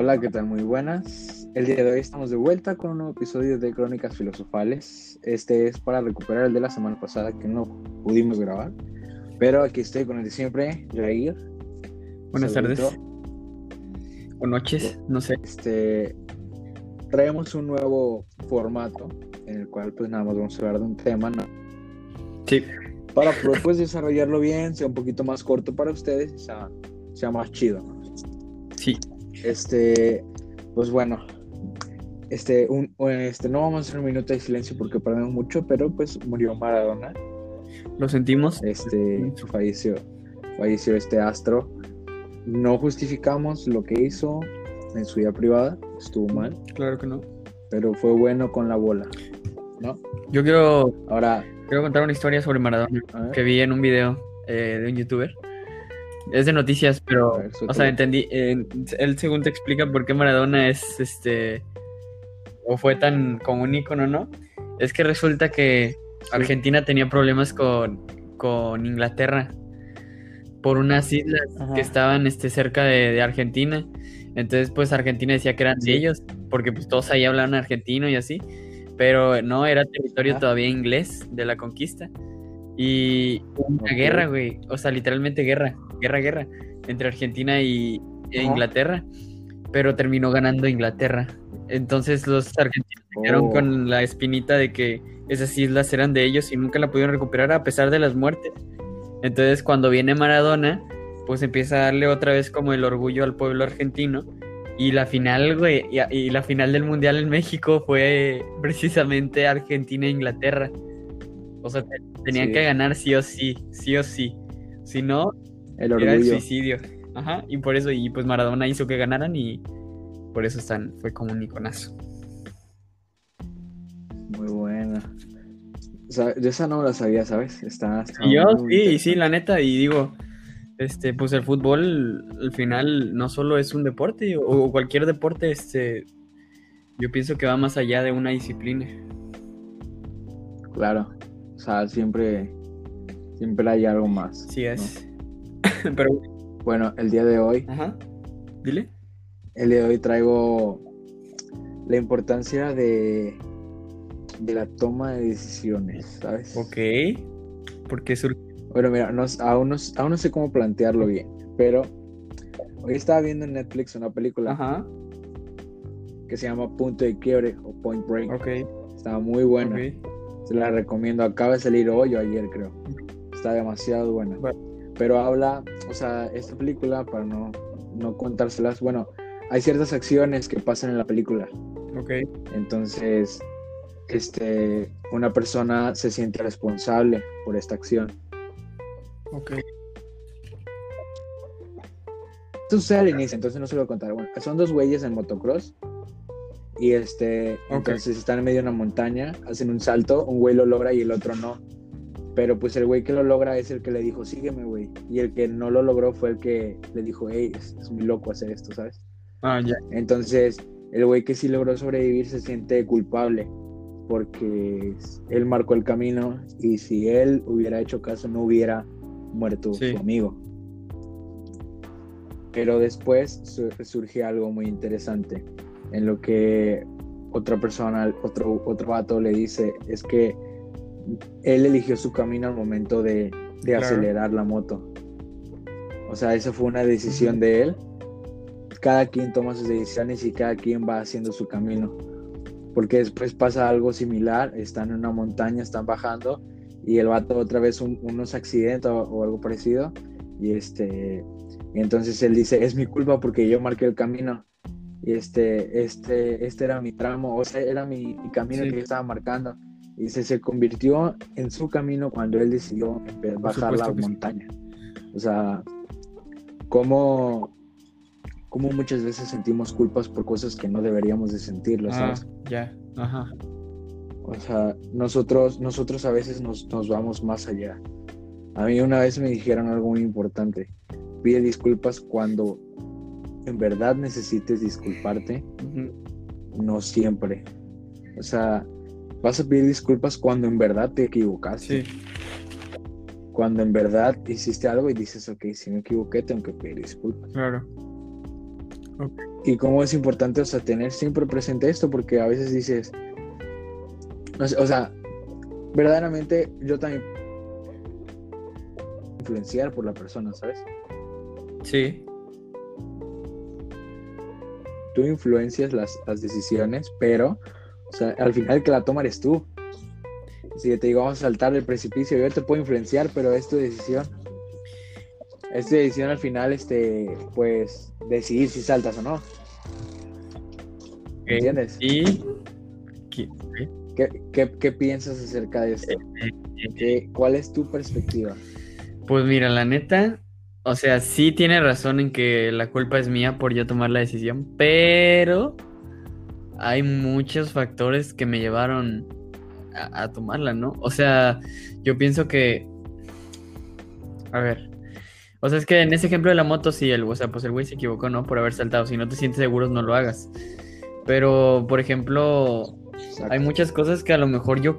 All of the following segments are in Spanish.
Hola, ¿qué tal? Muy buenas. El día de hoy estamos de vuelta con un nuevo episodio de Crónicas Filosofales. Este es para recuperar el de la semana pasada que no pudimos grabar. Pero aquí estoy con el de siempre, Jair. Buenas Saludito. tardes. O noches, no sé. Traemos un nuevo formato en el cual pues nada más vamos a hablar de un tema, ¿no? Sí. Para pues desarrollarlo bien, sea un poquito más corto para ustedes y sea más chido, ¿no? Sí. Pues bueno, no vamos a hacer un minuto de silencio porque perdemos mucho, pero pues murió Maradona. Lo sentimos. Falleció este astro. No justificamos lo que hizo en su vida privada, estuvo mal, Claro que no. pero fue bueno con la bola, ¿no? Yo quiero Ahora, contar una historia sobre Maradona que vi en un video de un youtuber. Es de noticias, pero, a ver, o sea, entendí. Él según te explica por qué Maradona es, o fue tan como un ícono, ¿no? Es que resulta que sí. Argentina tenía problemas con Inglaterra por unas islas que estaban cerca de Argentina. Entonces, pues Argentina decía que eran de ellos, porque pues todos ahí hablaban argentino y así, pero no, era territorio todavía inglés de la conquista. Y una guerra, güey, o sea, literalmente guerra entre Argentina e Inglaterra, pero terminó ganando Inglaterra. Entonces los argentinos se quedaron con la espinita de que esas islas eran de ellos y nunca la pudieron recuperar a pesar de las muertes. Entonces cuando viene Maradona, pues empieza a darle otra vez como el orgullo al pueblo argentino. Y la final, güey, y la final del Mundial en México fue precisamente Argentina e Inglaterra. O sea, tenían que ganar sí o sí. Si no, era el suicidio. Ajá, y por eso, y pues Maradona hizo que ganaran y por eso fue como un iconazo. Muy buena. O sea, yo esa no la sabía, ¿sabes? Y yo sí, la neta, y digo, pues el fútbol al final no solo es un deporte, o cualquier deporte, yo pienso que va más allá de una disciplina. Claro, o sea, siempre hay algo más. Sí es. ¿No? Pero bueno, el día de hoy. Ajá. Dile. El día de hoy traigo la importancia de la toma de decisiones, ¿sabes? Ok. ¿Por qué surge? Bueno, mira, aún no sé cómo plantearlo bien, pero hoy estaba viendo en Netflix una película que se llama Punto de Quiebre o Point Break. Okay. Estaba muy buena. Se la recomiendo. Acaba de salir hoy o ayer, creo. Está demasiado buena. Bueno. Pero habla, o sea, esta película, para no contárselas, bueno, hay ciertas acciones que pasan en la película. Okay. Entonces, una persona se siente responsable por esta acción. Okay. Esto sucede al inicio, entonces no se lo voy a contar. Bueno, son dos güeyes en motocross y entonces están en medio de una montaña, hacen un salto, un güey lo logra y el otro no. Pero pues el güey que lo logra es el que le dijo, sígueme, güey. Y el que no lo logró fue el que le dijo, hey, es muy loco hacer esto, ¿sabes? Ya. Entonces, el güey que sí logró sobrevivir se siente culpable porque él marcó el camino y si él hubiera hecho caso no hubiera muerto su amigo. Pero después surge algo muy interesante en lo que otra persona, otro vato le dice, es que él eligió su camino al momento de acelerar la moto. O sea, esa fue una decisión de él. Cada quien toma sus decisiones y cada quien va haciendo su camino. Porque después pasa algo similar, están en una montaña, están bajando y el vato otra vez unos accidentes o algo parecido y entonces él dice, es mi culpa porque yo marqué el camino y este era mi tramo, o sea, era mi camino que yo estaba marcando. Y se convirtió en su camino cuando él decidió bajar la montaña. O sea, como muchas veces sentimos culpas por cosas que no deberíamos de sentirlo, ¿sabes? Ya, ajá. O sea, nosotros a veces nos vamos más allá. A mí una vez me dijeron algo muy importante. Pide disculpas cuando en verdad necesites disculparte, no siempre. O sea, vas a pedir disculpas cuando en verdad te equivocaste. Sí. Cuando en verdad hiciste algo y dices, ok, si me equivoqué, tengo que pedir disculpas. Claro. Ok. Y cómo es importante, o sea, tener siempre presente esto, porque a veces dices, no sé, o sea, verdaderamente yo también influenciar por la persona, ¿sabes? Sí, Tú influencias las decisiones, pero, o sea, al final el que la toma eres tú. Si yo te digo, vamos a saltar del precipicio, yo te puedo influenciar, pero es tu decisión. Es tu decisión al final, pues, decidir si saltas o no. ok. ¿Entiendes? Y... ok. ¿Qué piensas acerca de esto? ¿Cuál es tu perspectiva? Pues mira, la neta, o sea, sí tiene razón en que la culpa es mía por yo tomar la decisión, pero hay muchos factores que me llevaron a tomarla, ¿no? O sea, yo pienso que, a ver, o sea, es que en ese ejemplo de la moto sí, o sea, pues el güey se equivocó, ¿no? Por haber saltado. Si no te sientes seguro, no lo hagas. Pero, por ejemplo, hay Exacto. muchas cosas que a lo mejor yo,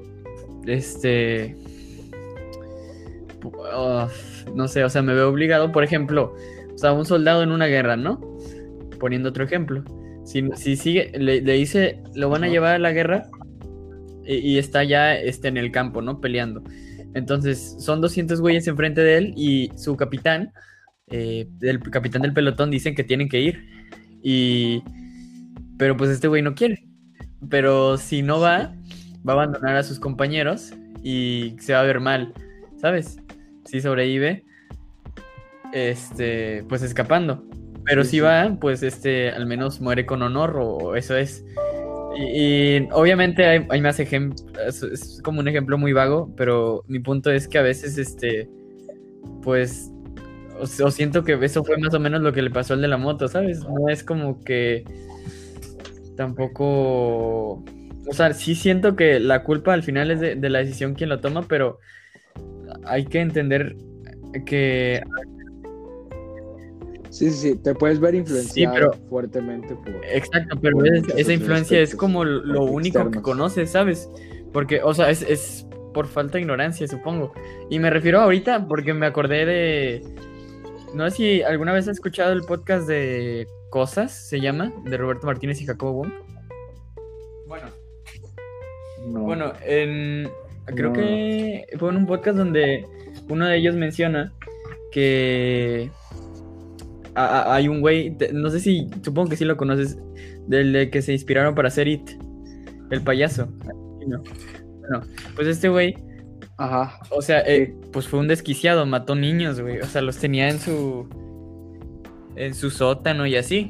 uh, no sé, o sea, me veo obligado, por ejemplo, o sea, un soldado en una guerra, ¿no? Poniendo otro ejemplo. Si sigue, le dice, lo van a Ajá. llevar a la guerra y está ya en el campo, ¿no? Peleando. Entonces, son 200 güeyes enfrente de él y su capitán, el capitán del pelotón, dicen que tienen que ir. Y, pero pues este güey no quiere. Pero si no va, va a abandonar a sus compañeros y se va a ver mal, ¿sabes? Si sobrevive, pues escapando. Pero Sí, si sí. va, pues al menos muere con honor, o eso es. Y obviamente hay más ejemplos, es como un ejemplo muy vago, pero mi punto es que a veces, pues, o siento que eso fue más o menos lo que le pasó al de la moto, ¿sabes? No es como que tampoco, o sea, sí siento que la culpa al final es de la decisión quien lo toma, pero hay que entender que Sí, sí, sí. Te puedes ver sí, pero influenciado fuertemente exacto, pero por muchos esa otros influencia es aspectos como lo único que externos. conoces, ¿sabes? Porque, o sea, es por falta de ignorancia, supongo. Y me refiero ahorita porque me acordé de... No sé si alguna vez has escuchado el podcast de Cosas, se llama, de Roberto Martínez y Jacobo Wong. Bueno, No, bueno, creo no, no. que fue en un podcast donde uno de ellos menciona que hay un güey, no sé si, supongo que sí lo conoces, del de que se inspiraron para hacer It. El payaso. No. Bueno, pues este güey, Ajá, o sea, sí. pues fue un desquiciado, mató niños, güey. O sea, los tenía en su sótano y así.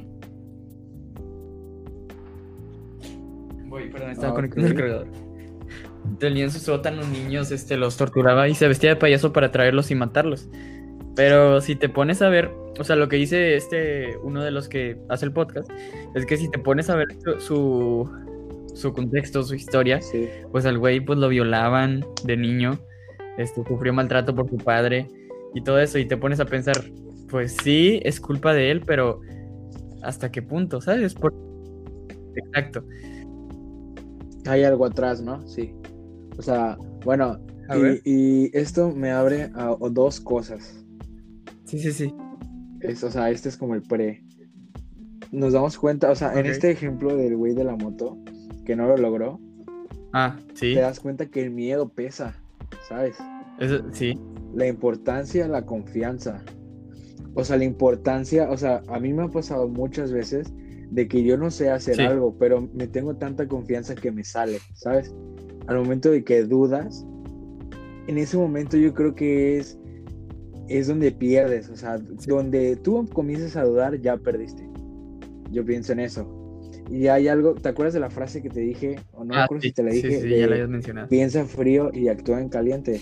Voy, perdón, estaba Ah, ok. conectando el cargador. Tenía en su sótano niños, los torturaba y se vestía de payaso para traerlos y matarlos. Pero si te pones a ver, o sea, lo que dice uno de los que hace el podcast, es que si te pones a ver su contexto, su historia, Sí. pues al güey pues lo violaban de niño, sufrió maltrato por su padre y todo eso, y te pones a pensar, pues sí, es culpa de él, pero ¿hasta qué punto? ¿Sabes? Exacto. Hay algo atrás, ¿no? Sí. O sea, bueno, A ver. y esto me abre a dos cosas. Sí, sí, sí. O sea, este es como el pre. Nos damos cuenta, o sea, en Ok. este ejemplo del güey de la moto, que no lo logró, Ah, te sí. das cuenta que el miedo pesa, ¿sabes? Eso, sí. La importancia, la confianza. O sea, la importancia, o sea, a mí me ha pasado muchas veces de que yo no sé hacer Sí. algo, pero me tengo tanta confianza que me sale, ¿sabes? Al momento de que dudas, en ese momento yo creo que es donde pierdes, o sea, Sí. donde tú comienzas a dudar, ya perdiste. Yo pienso en eso. Y hay algo, ¿te acuerdas de la frase que te dije? O no me Ah, acuerdo si sí, te la sí, dije, sí, ya lo de habías mencionado. piensa frío y actúa en caliente.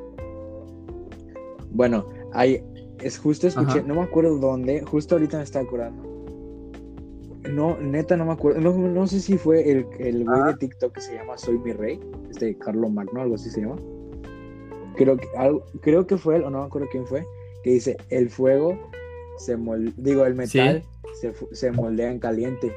Bueno, es justo escuché, Ajá. no me acuerdo dónde, justo ahorita me estaba acordando. No, neta no me acuerdo, no sé si fue el güey de TikTok que se llama Soy mi rey, Carlo Magno, algo así se llama. Creo que fue él, o no me acuerdo quién fue, que dice, el fuego el Sí. metal se moldea en caliente.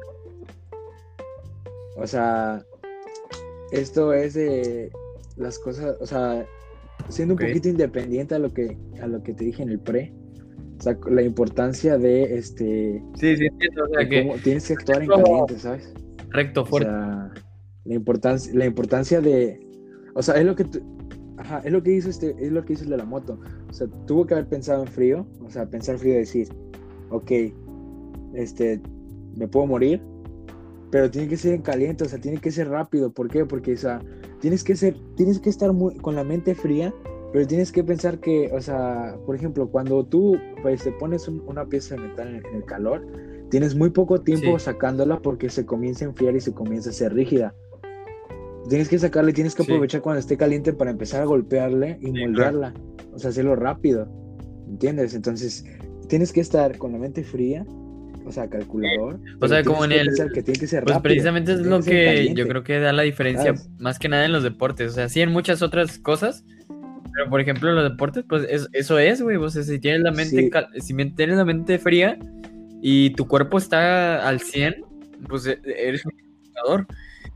O sea, esto es de las cosas, o sea, siendo un Ok. poquito independiente a lo que te dije en el pre, O sea, la importancia de Sí, entiendo, o sea de que cómo tienes que actuar en caliente, ¿sabes? recto, O fuerte. sea, la importancia de, o sea, es lo que ajá, es lo que hizo es lo que hizo el de la moto. O sea, tuvo que haber pensado en frío, o sea, pensar en frío y decir, ok, me puedo morir, pero tiene que ser en caliente, o sea, tiene que ser rápido. ¿Por qué? Porque, o sea, tienes que estar con la mente fría, pero tienes que pensar que, o sea, por ejemplo, cuando tú pues, te pones una pieza de metal en el calor, tienes muy poco tiempo Sí, sacándola porque se comienza a enfriar y se comienza a hacer rígida. Tienes que sacarle, tienes que sí, aprovechar cuando esté caliente para empezar a golpearle y sí, claro. moldearla, o sea, hacerlo rápido, ¿entiendes? Entonces, tienes que estar con la mente fría, o sea, calculador, O pero sea, como tienes en que el, pensar que tiene que ser pues rápido, precisamente es que tiene lo que ser en que yo caliente, creo que da la diferencia ¿sabes? más que nada en los deportes. O sea, sí en muchas otras cosas, pero por ejemplo en los deportes, pues eso es, güey. O sea, si tienes la mente, Sí, si tienes la mente fría y tu cuerpo está al 100, pues eres un jugador.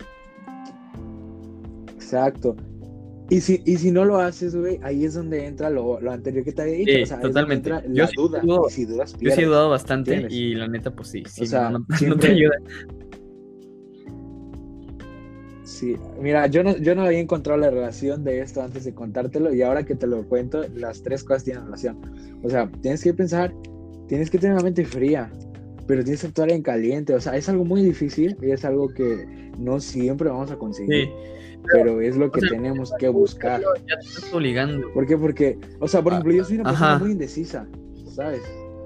exacto. Y si no lo haces, güey, ahí es donde entra lo anterior que te había dicho, o Sí, sea, es donde totalmente. entra la duda, y si dudas, Yo sí he pierdes, dudado bastante ¿entiendes? y la neta, pues sí, O sí, no, sea, no, no te siempre, ayuda. sí, mira, yo no había encontrado la relación de esto antes de contártelo y ahora que te lo cuento, las tres cosas tienen relación. O sea, tienes que pensar, tienes que tener la mente fría, pero tienes que actuar en caliente. O sea, es algo muy difícil y es algo que no siempre vamos a conseguir, Sí, pero es lo o que sea, tenemos que buscar. ya te estás obligando. ¿Por qué? Porque, o sea, por ejemplo, yo soy una persona Ajá, muy indecisa, ¿sabes?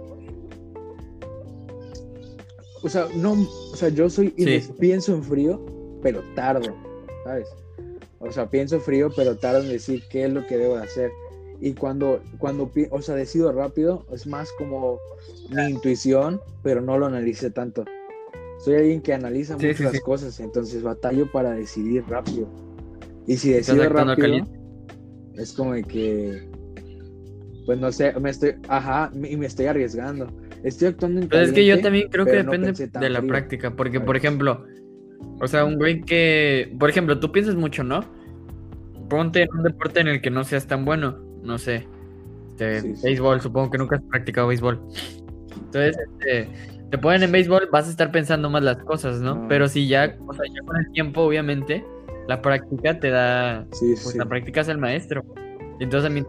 O sea, no, o sea, yo sí, pienso en frío, pero tardo, ¿sabes? O sea, pienso frío, pero tardo en decir qué es lo que debo de hacer. Y o sea, decido rápido, es más como mi intuición, pero no lo analicé tanto. Soy alguien que analiza sí, mucho sí, sí. las cosas, entonces batallo para decidir rápido. Y si Estás decido actuando rápido, caliente. es como de que, pues no sé, y me estoy arriesgando. Estoy actuando en Pues es que yo caliente, también creo que pero no depende pensé de tan la frío, práctica, porque por ¿sabes? ejemplo, o sea, un güey que, por ejemplo, tú piensas mucho, ¿no? Ponte en un deporte en el que no seas tan bueno, no sé, Sí, sí. béisbol, supongo que nunca has practicado béisbol. Entonces, te ponen en béisbol, vas a estar pensando más las cosas, ¿no? No, Pero si ya, o sea, ya con el tiempo, obviamente, la práctica te da, sí, pues la sí. práctica es el maestro. Y entonces a mí,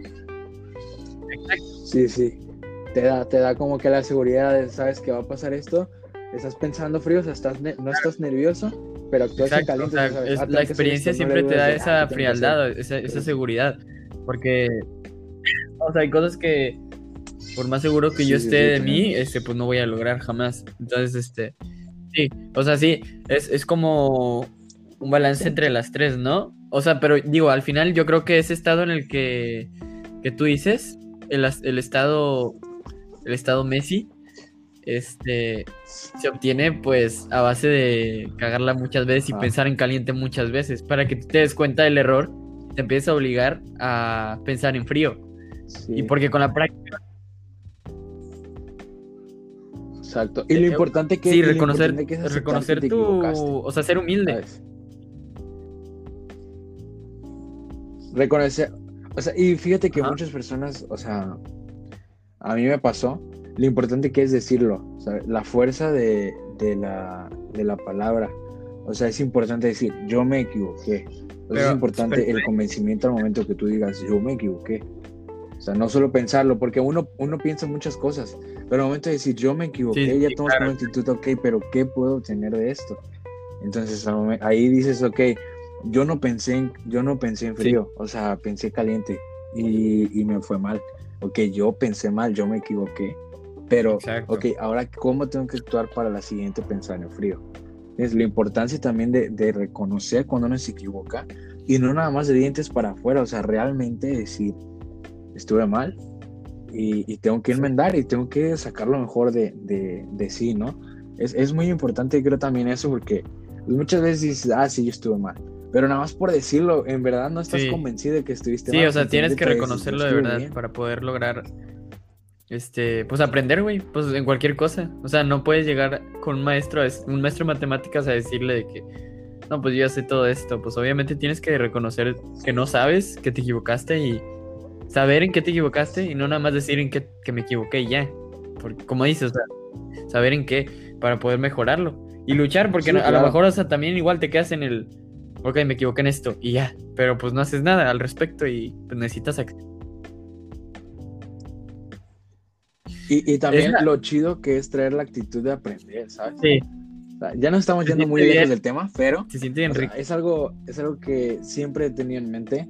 Sí, sí. Te da como que la seguridad de, sabes que va a pasar esto. Estás pensando frío, o sea, no estás nervioso, pero actúas en exacto, o caliente, o sea, sea, sabes, es, la tengo que hacer experiencia esto, no le siempre te dudas da de, ¿qué esa tengo que hacer? frialdad, esa Entonces, seguridad, porque, o sea, hay cosas que, por más seguro que yo sí, sí, esté sí, de mí, pues no voy a lograr jamás. Entonces, sí, o sea, sí, es como un balance entre exacto. las tres, ¿no? O sea, pero digo, al final yo creo que ese estado en el que tú dices, el estado Messi, se obtiene pues a base de cagarla muchas veces y Ajá, pensar en caliente muchas veces, para que tú te des cuenta del error, te empieces a obligar a pensar en frío. Y sí, porque con la práctica, exacto. eh, eh, sí, Y lo importante que es aceptar que reconocer te equivocaste, o sea, ser humilde. ¿sabes? Reconocer, o sea, y fíjate que Ajá. muchas personas, o sea, a mí me pasó, lo importante que es decirlo, ¿sabes? La fuerza de la palabra. O sea, es importante decir, yo me equivoqué. O sea, es Pero importante el convencimiento al momento que tú digas, yo me equivoqué. O sea, no solo pensarlo, porque uno piensa muchas cosas, pero al momento de decir, yo me sí, sí, equivoqué, ya sí, tomas como claro. actitud, ok, pero ¿qué puedo obtener de esto? Entonces, ahí dices, ok, yo no pensé en Sí, frío, o sea, pensé caliente y me fue mal. Ok, yo pensé mal, yo me equivoqué, pero, ok, exacto. ahora, ¿cómo tengo que actuar para la siguiente pensar en frío? Es la importancia también de reconocer cuando uno se equivoca y no nada más de dientes para afuera, o sea, realmente decir, estuve mal y tengo que Sí, enmendar y tengo que sacar lo mejor de sí, ¿no? Es muy importante, creo también eso, porque muchas veces dices, sí, yo estuve mal, pero nada más por decirlo, en verdad no estás sí, convencido de que estuviste sí, mal, o o sea, sea, en tu tienes mente que te dices, yo reconocerlo de estuve verdad bien. para poder lograr, pues aprender, güey, pues en cualquier cosa. O sea, no puedes llegar con un maestro de matemáticas a decirle de que, no, pues yo ya sé todo esto. Pues obviamente tienes que reconocer que no sabes, que te equivocaste y saber en qué te equivocaste y no nada más decir en qué que me equivoqué y ya. Porque, como dices, o sea, saber en qué para poder mejorarlo. Y luchar, porque Sí, a lo mejor, o sea, también igual te quedas en el, ok, me equivoqué en esto y ya. Pero pues no haces nada al respecto y pues necesitas... Y también lo chido que es traer la actitud de aprender, ¿sabes? Sí. O sea, ya no estamos Se yendo muy siente lejos bien. del tema, pero Se siente bien o sea, rico. es algo que siempre he tenido en mente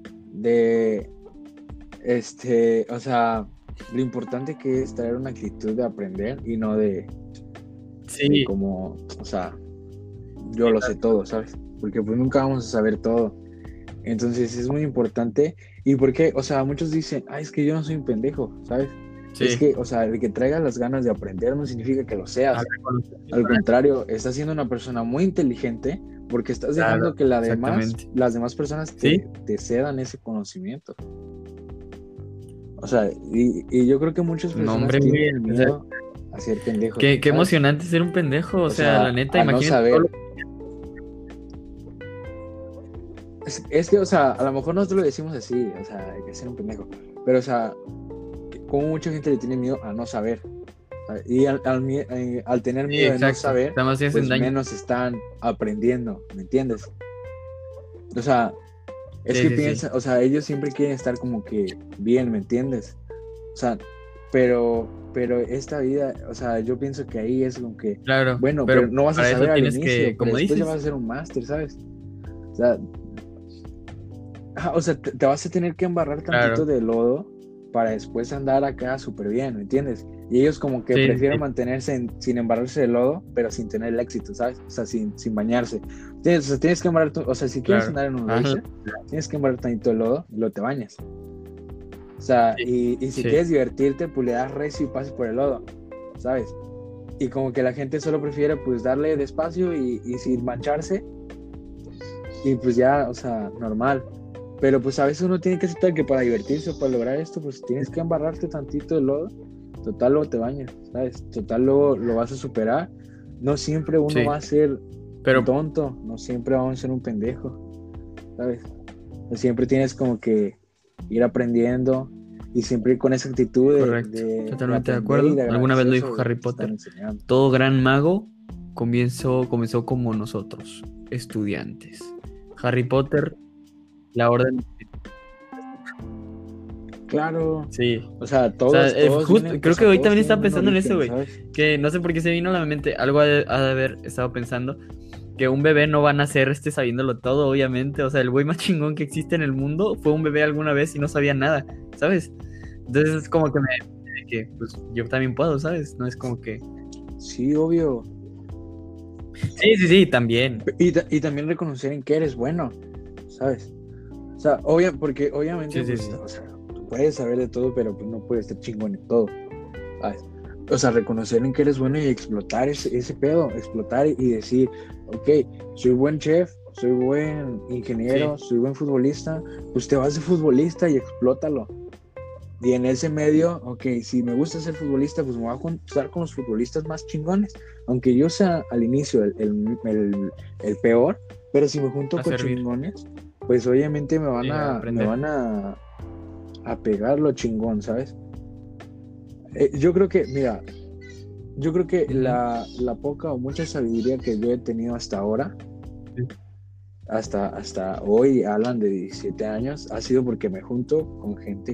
o sea, lo importante que es traer una actitud de aprender y no de Sí, como, o sea, yo lo sé todo, ¿sabes? Porque pues nunca vamos a saber todo. Entonces es muy importante. ¿Y por qué? O sea, muchos dicen, ay, es que yo no soy un pendejo, ¿sabes? Es sí. que, o sea, el que traiga las ganas de aprender no significa que lo seas. Hablar con los demás. Al contrario, estás siendo una persona muy inteligente porque estás dejando Claro, que exactamente. las demás personas ¿Sí? te cedan ese conocimiento. O sea, y yo creo que muchas No, personas hombre, muy tienen bien. O sea, miedo a ser pendejos, qué ¿sabes? emocionante ser un pendejo. O sea, la neta, a no imagínate todo saber. lo... Es que, o sea, a lo mejor nosotros lo decimos así, o sea, hay que ser un pendejo. Pero, o sea, como mucha gente le tiene miedo a no saber. ¿Sabes? Y al tener Sí, miedo de no exacto. saber, Nada más te hacen pues daño. menos están aprendiendo, ¿me entiendes? O sea, es Sí, que sí, sí. piensa, o sea, ellos siempre quieren estar como que bien, ¿me entiendes? O sea, pero esta vida, o sea, yo pienso que ahí es como que, Claro, bueno, pero pero no vas a para eso saber al tienes inicio, que, pero como después ya vas a dices, hacer un máster, ¿sabes? O sea, te vas a tener que embarrar tantito claro. de lodo para después andar acá súper bien, ¿me entiendes? Y ellos como que Sí, sí, prefieren sí. mantenerse sin embarrarse de lodo, pero sin tener el éxito, ¿sabes? O sea, sin bañarse. O sea, tienes que embarrar, o sea, si quieres Claro. andar en un Ajá. racer, tienes que embarrar tantito de lodo y luego te bañas. O sea, Sí, y si sí. quieres divertirte, pues le das recio y pasas por el lodo, ¿sabes? Y como que la gente solo prefiere pues darle despacio y sin mancharse y pues ya, o sea, normal. Pero pues a veces uno tiene que aceptar que para divertirse o para lograr esto, pues tienes que embarrarte tantito de lodo. Total, luego te bañas, ¿sabes? Total, luego lo vas a superar. No siempre uno Sí. va a ser Pero tonto, no siempre vamos a ser un pendejo, ¿sabes? Siempre tienes como que ir aprendiendo y siempre ir con esa actitud correcto, de totalmente de aprender y acuerdo. de Alguna vez agradecer lo dijo sobre lo Harry que te están Potter. enseñando. Todo gran mago comenzó como nosotros, estudiantes. Harry Potter, la orden. Claro, Sí. o sea, O sea, todos justo, vienen, o creo que sea, hoy todos también estaba tienen un pensando en eso, origen, güey. ¿sabes? Que no sé por qué se vino a la mente. Algo ha de haber estado pensando. Que un bebé no va a nacer sabiéndolo todo, obviamente. O sea, el güey más chingón que existe en el mundo fue un bebé alguna vez y no sabía nada, ¿sabes? Entonces es como que que pues yo también puedo, ¿sabes? No es como que... Sí, obvio. Sí, sí, sí, también. Y también reconocer en qué eres bueno, ¿sabes? O sea, porque obviamente, Sí, sí, pues, sí. o sea, tú puedes saber de todo, pero pues no puedes estar chingón en todo, ¿sabes? O sea, reconocer en qué eres bueno y explotar ese pedo, explotar y decir, ok, soy buen chef, soy buen ingeniero, Sí. soy buen futbolista, pues te vas de futbolista y explótalo. Y en ese medio, ok, si me gusta ser futbolista, pues me voy a juntar con los futbolistas más chingones. Aunque yo sea al inicio el peor, pero si me junto A con servir. chingones, pues obviamente me Sí, a me aprender. van a pegar lo chingón, ¿sabes? Yo creo que, mira, yo creo que Ujú. la poca o mucha sabiduría que yo he tenido hasta ahora, Sí. hasta hoy, Alan de 17 años, ha sido porque me junto con gente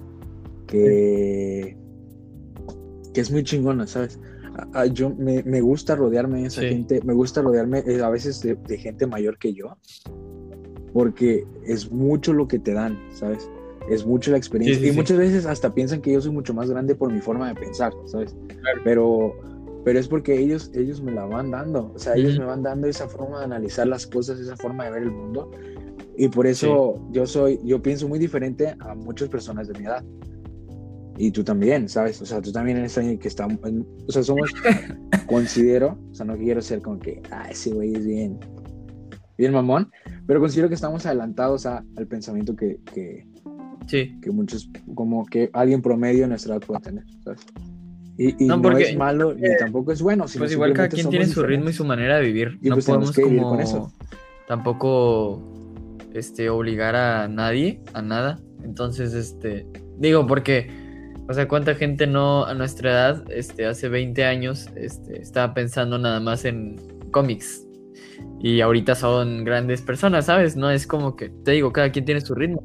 que es muy chingona, ¿sabes? Yo me gusta rodearme de esa Sí. gente, me gusta rodearme a veces de gente mayor que yo, porque es mucho lo que te dan, ¿sabes? Es mucho la experiencia. Sí, sí, Y sí. muchas veces hasta piensan que yo soy mucho más grande por mi forma de pensar, ¿sabes? Claro. Pero es porque ellos me la van dando, o sea, ellos Ujú. me van dando esa forma de analizar las cosas, esa forma de ver el mundo. Y por eso yo pienso muy diferente a muchas personas de mi edad. Y tú también, ¿sabes? O sea, tú también eres alguien que está... O sea, considero, o sea, no quiero ser como que, ese güey es bien mamón, pero considero que estamos adelantados al pensamiento Sí. que muchos, como que alguien promedio en nuestra edad puede tener, ¿sabes? Y No, no porque es malo ni tampoco es bueno, sino pues igual cada simplemente quien somos tiene su ritmo y diferentes. su manera de vivir. Y No pues tenemos podemos que vivir con eso. como tampoco obligar a nadie a nada. Entonces, digo, porque, o sea, cuánta gente no a nuestra edad, hace 20 años, estaba pensando nada más en cómics. Y ahorita son grandes personas, ¿sabes? No es como que, te digo, cada quien tiene su ritmo.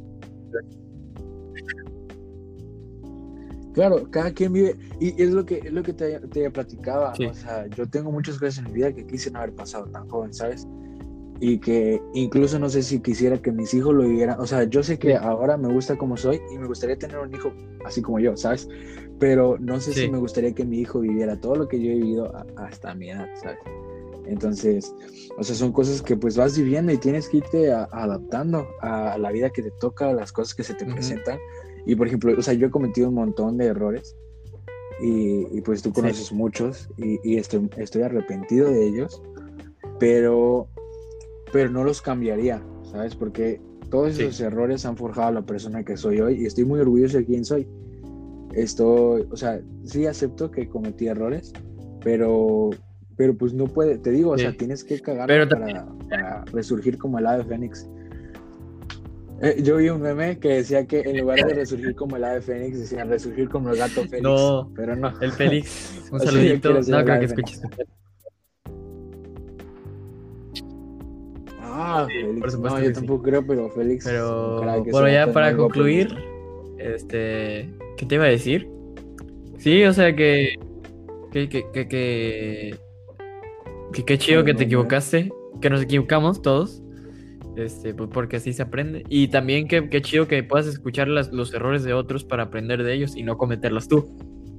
Claro, cada quien vive, y es lo que te platicaba, Sí. o sea, yo tengo muchas cosas en mi vida que quise no haber pasado tan joven, ¿sabes? Y que incluso no sé si quisiera que mis hijos lo vivieran, o sea, yo sé que Sí. ahora me gusta como soy y me gustaría tener un hijo así como yo, ¿sabes? Pero no sé si Sí. me gustaría que mi hijo viviera todo lo que yo he vivido hasta mi edad, ¿sabes? Entonces, o sea, son cosas que pues vas viviendo y tienes que irte adaptando a la vida que te toca, a las cosas que se te presentan. Y por ejemplo, o sea, yo he cometido un montón de errores y pues tú Sí. conoces muchos y estoy arrepentido de ellos, pero no los cambiaría, ¿sabes? Porque todos Sí. esos errores han forjado a la persona que soy hoy y estoy muy orgulloso de quién soy. O sea, sí acepto que cometí errores, pero pues no puede, te digo, o sea, Sí. tienes que cagarla Pero también, para resurgir como el ave fénix. Yo vi un meme que decía que en lugar de resurgir como el ave fénix, decía resurgir como el gato Félix, no, pero no. el Félix, un O sea, yo quiero saludito. ser No el creo que ave fénix. escuches. Ah, Sí, por Félix, no, supuesto yo que sí. tampoco creo, pero Félix, un Pero crack, ese bueno, ya vato es para más guapo que concluir, yo. ¿qué te iba a decir? Sí, o sea que qué chido que te Perdón, ¿eh? equivocaste, que nos equivocamos todos, pues porque así se aprende. Y también qué chido que puedas escuchar los errores de otros para aprender de ellos y no cometerlos tú.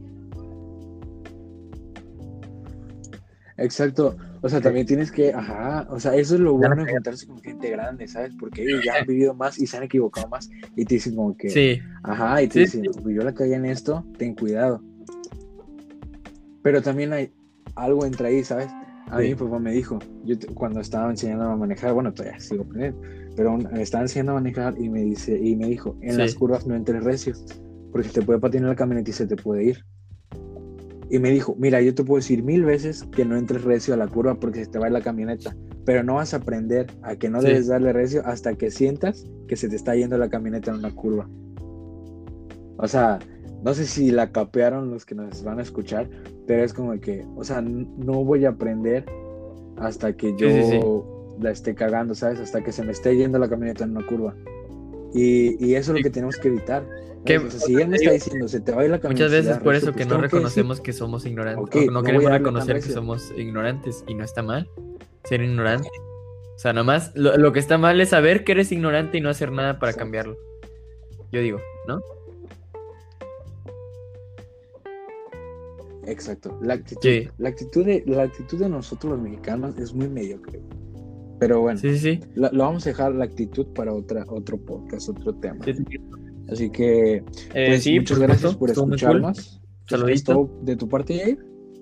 Exacto, o sea, Sí. también tienes que, ajá, o sea, eso es lo Ya la bueno de cagué. juntarse con gente grande, ¿sabes? Porque ellos ya han vivido más y se han equivocado más y te dicen como que, Sí, ajá, y te sí, dicen, pues yo la cagué en esto, ten cuidado. Pero también hay algo entre ahí, ¿sabes? A mí sí, mi papá me dijo, cuando estaba enseñando a manejar, bueno, todavía sigo aprendiendo, pero me estaba enseñando a manejar y me dijo, en las sí, curvas no entres recio, porque te puede patinar la camioneta y se te puede ir. Y me dijo, mira, yo te puedo decir 1000 veces que no entres recio a la curva porque se te va a ir la camioneta, pero no vas a aprender a que no debes sí. darle recio hasta que sientas que se te está yendo la camioneta en una curva. O sea, no sé si la capearon los que nos van a escuchar, pero es como que, o sea, no voy a aprender hasta que Sí, sí, sí. yo la esté cagando, ¿sabes? Hasta que se me esté yendo la camioneta en una curva. Y eso es lo Sí. que tenemos que evitar, Que, ¿sabes? O o sea, sea, si él me te está digo, diciendo, se te va a ir la muchas camioneta si le veces das por recio, eso que pues no tengo que decir, reconocemos que somos ignorantes, ok, o no no voy a queremos darle tan reconocer que recio. somos ignorantes y no está mal ser ignorante. O sea, nomás lo que está mal es saber que eres ignorante y no hacer nada para Exacto. cambiarlo. Yo digo, ¿no? Exacto, la actitud, Sí, la actitud de nosotros los mexicanos es muy mediocre. Pero bueno, sí, sí, sí. lo vamos a dejar la actitud para otro podcast, otro tema. Sí, sí. Así que, pues Sí, muchas por gracias supuesto, por estuvo muy cool. escucharnos. ¿Es Saludito. todo de tu parte, Jair?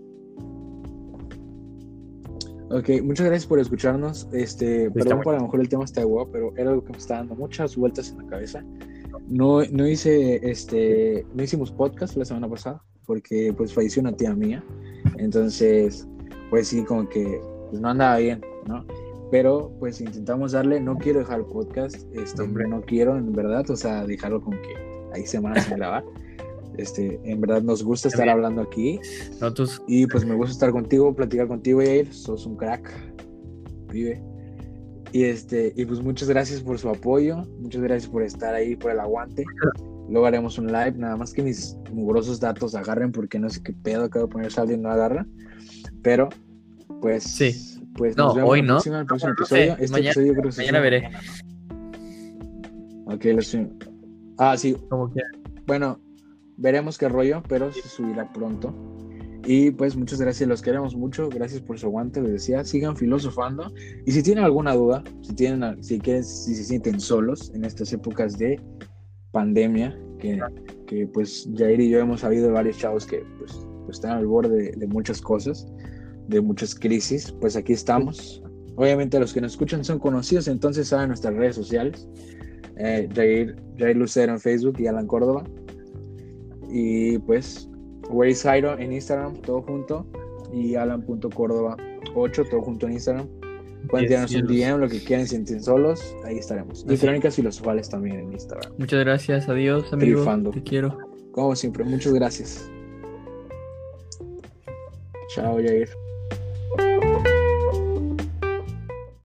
Ok, muchas gracias por escucharnos. Está Perdón por a lo mejor el tema está guapo, pero era algo que me está dando muchas vueltas en la cabeza. No hicimos podcast la semana pasada porque pues falleció una tía mía. Entonces, pues sí, como que pues, no andaba bien, ¿no? Pero pues intentamos darle, no quiero dejar el podcast, Hombre. no quiero en verdad, o sea, dejarlo como que hay semanas sin grabar. En verdad nos gusta estar También. hablando aquí No, tus... y pues me gusta estar contigo, platicar contigo, Yair, sos un crack, vive. Y pues muchas gracias por su apoyo, muchas gracias por estar ahí, por el aguante. Luego haremos un live, nada más que mis mugrosos datos agarren porque no sé qué pedo acabo de poner saldo y no agarra. Pero pues, Sí. pues No, nos vemos hoy la no. próxima, el próximo Bueno, no episodio. sé. Este Mañana, episodio creo que se mañana sube veré. mañana, ¿no? Ok, Ah, sí, Como que... bueno, veremos qué rollo, pero se subirá pronto. Y pues muchas gracias, los queremos mucho, gracias por su aguante, les decía, sigan filosofando. Y si tienen alguna duda, si se sienten solos en estas épocas de pandemia, que pues Jair y yo hemos sabido de varios chavos que pues están al borde de muchas cosas, de muchas crisis, pues aquí estamos. Obviamente los que nos escuchan son conocidos, entonces saben nuestras redes sociales, Jair Lucero en Facebook y Alan Córdoba. Y pues Where is Jairo en Instagram, todo junto, y Alan.Córdoba 8, todo junto en Instagram. Pueden tirarnos un cielos. DM, lo que quieran, si sienten solos, ahí estaremos. Y Así. Crónicas Filosofales también en Instagram. Muchas gracias, adiós, amigo. Trifando. Te quiero. Como siempre, muchas gracias. Chao, Jair.